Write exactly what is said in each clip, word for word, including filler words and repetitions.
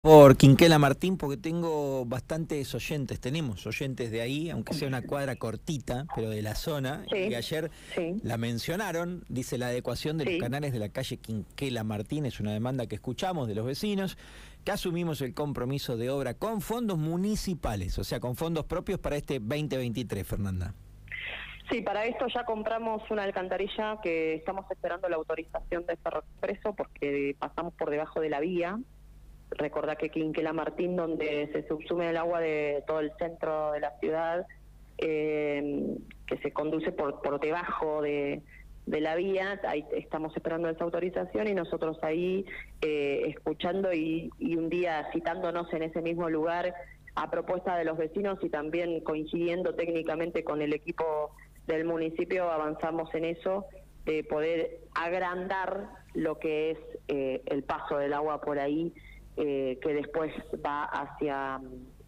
Por Quinquela Martín, porque tengo bastantes oyentes, tenemos oyentes de ahí, aunque sea una cuadra cortita, pero de la zona, y Sí, ayer sí, la mencionaron. Dice: la adecuación de los sí. canales de la calle Quinquela Martín es una demanda que escuchamos de los vecinos, que asumimos el compromiso de obra con fondos municipales, o sea, con fondos propios para este veinte veintitrés, Fernanda. Sí, para esto ya compramos una alcantarilla que estamos esperando la autorización de Ferroexpreso porque pasamos por debajo de la vía. Recordá que Quinquela Martín, donde se subsume el agua de todo el centro de la ciudad, eh, que se conduce por, por debajo de, de la vía, ahí estamos esperando esa autorización y nosotros ahí eh, escuchando y, y un día citándonos en ese mismo lugar a propuesta de los vecinos y también coincidiendo técnicamente con el equipo del municipio, avanzamos en eso, de poder agrandar lo que es eh, el paso del agua por ahí, eh, que después va hacia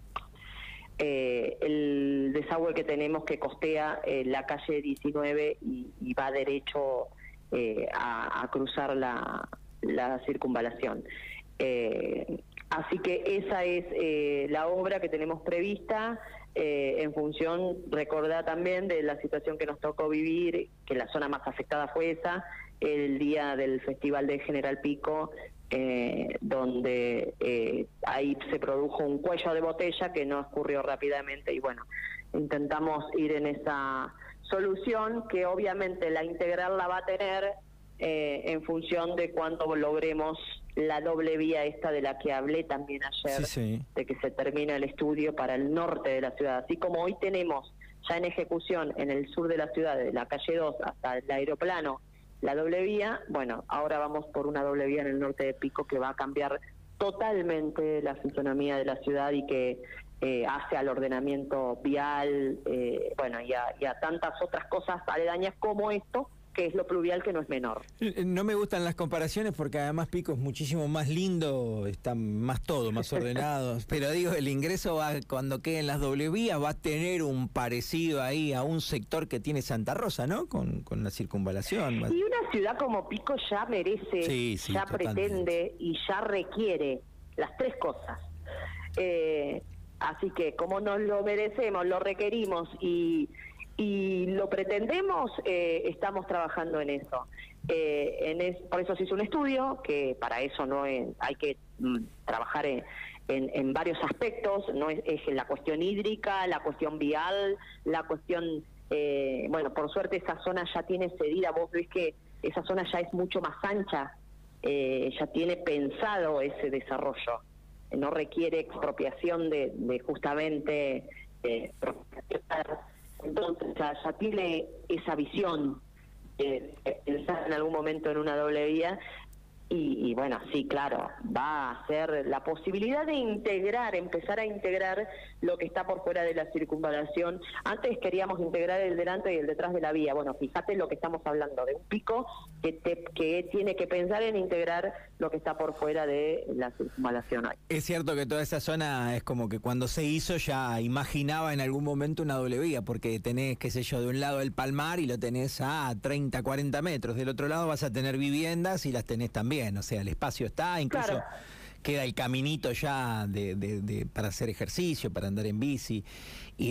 eh, el desagüe que tenemos que costea eh, la calle diecinueve y, y va derecho eh, a, a cruzar la, la circunvalación. Eh, así que esa es eh, la obra que tenemos prevista. Eh, en función, recordá también de la situación que nos tocó vivir, que la zona más afectada fue esa, el día del Festival de General Pico, eh, donde eh, ahí se produjo un cuello de botella que no escurrió rápidamente y bueno, intentamos ir en esa solución que obviamente la integral la va a tener eh, en función de cuánto logremos la doble vía esta de la que hablé también ayer, Sí, sí. de que se termina el estudio para el norte de la ciudad. Así como hoy tenemos ya en ejecución en el sur de la ciudad, de la calle dos hasta el aeroplano, la doble vía, bueno, ahora vamos por una doble vía en el norte de Pico que va a cambiar totalmente la fisonomía de la ciudad y que eh, hace al ordenamiento vial, eh, bueno, y a, y a tantas otras cosas aledañas como esto, que es lo pluvial, que no es menor. No me gustan las comparaciones porque además Pico es muchísimo más lindo, está más todo, más ordenado, pero digo, el ingreso va, cuando queden las doble vías, va a tener un parecido ahí a un sector que tiene Santa Rosa, ¿no? Con, con la circunvalación. Va... Y una ciudad como Pico ya merece, sí, sí, ya totalmente. pretende y ya requiere las tres cosas. Eh, así que como nos lo merecemos, lo requerimos y... y lo pretendemos, eh, estamos trabajando en eso. Eh, en es, por eso se hizo un estudio, que para eso no es, hay que mm, trabajar en, en, en varios aspectos, no es, es la cuestión hídrica, la cuestión vial, la cuestión, eh, bueno, por suerte esa zona ya tiene cedida, vos ves que esa zona ya es mucho más ancha, eh, ya tiene pensado ese desarrollo, no requiere expropiación de, de justamente... Eh, entonces ya, ya tiene esa visión de eh, pensar en algún momento en una doble vía y, y bueno, sí, claro, va a ser la posibilidad de integrar, empezar a integrar lo que está por fuera de la circunvalación. Antes queríamos integrar el delante y el detrás de la vía. Bueno, fíjate lo que estamos hablando, de un pico que, te, que tiene que pensar en integrar lo que está por fuera de la circunvalación hoy. Es cierto que toda esa zona es como que cuando se hizo ya imaginaba en algún momento una doble vía, porque tenés, qué sé yo, de un lado el Palmar y lo tenés a treinta, cuarenta metros, del otro lado vas a tener viviendas y las tenés también, o sea, el espacio está, incluso Claro. queda el caminito ya de, de, de, para hacer ejercicio, para andar en bici. Y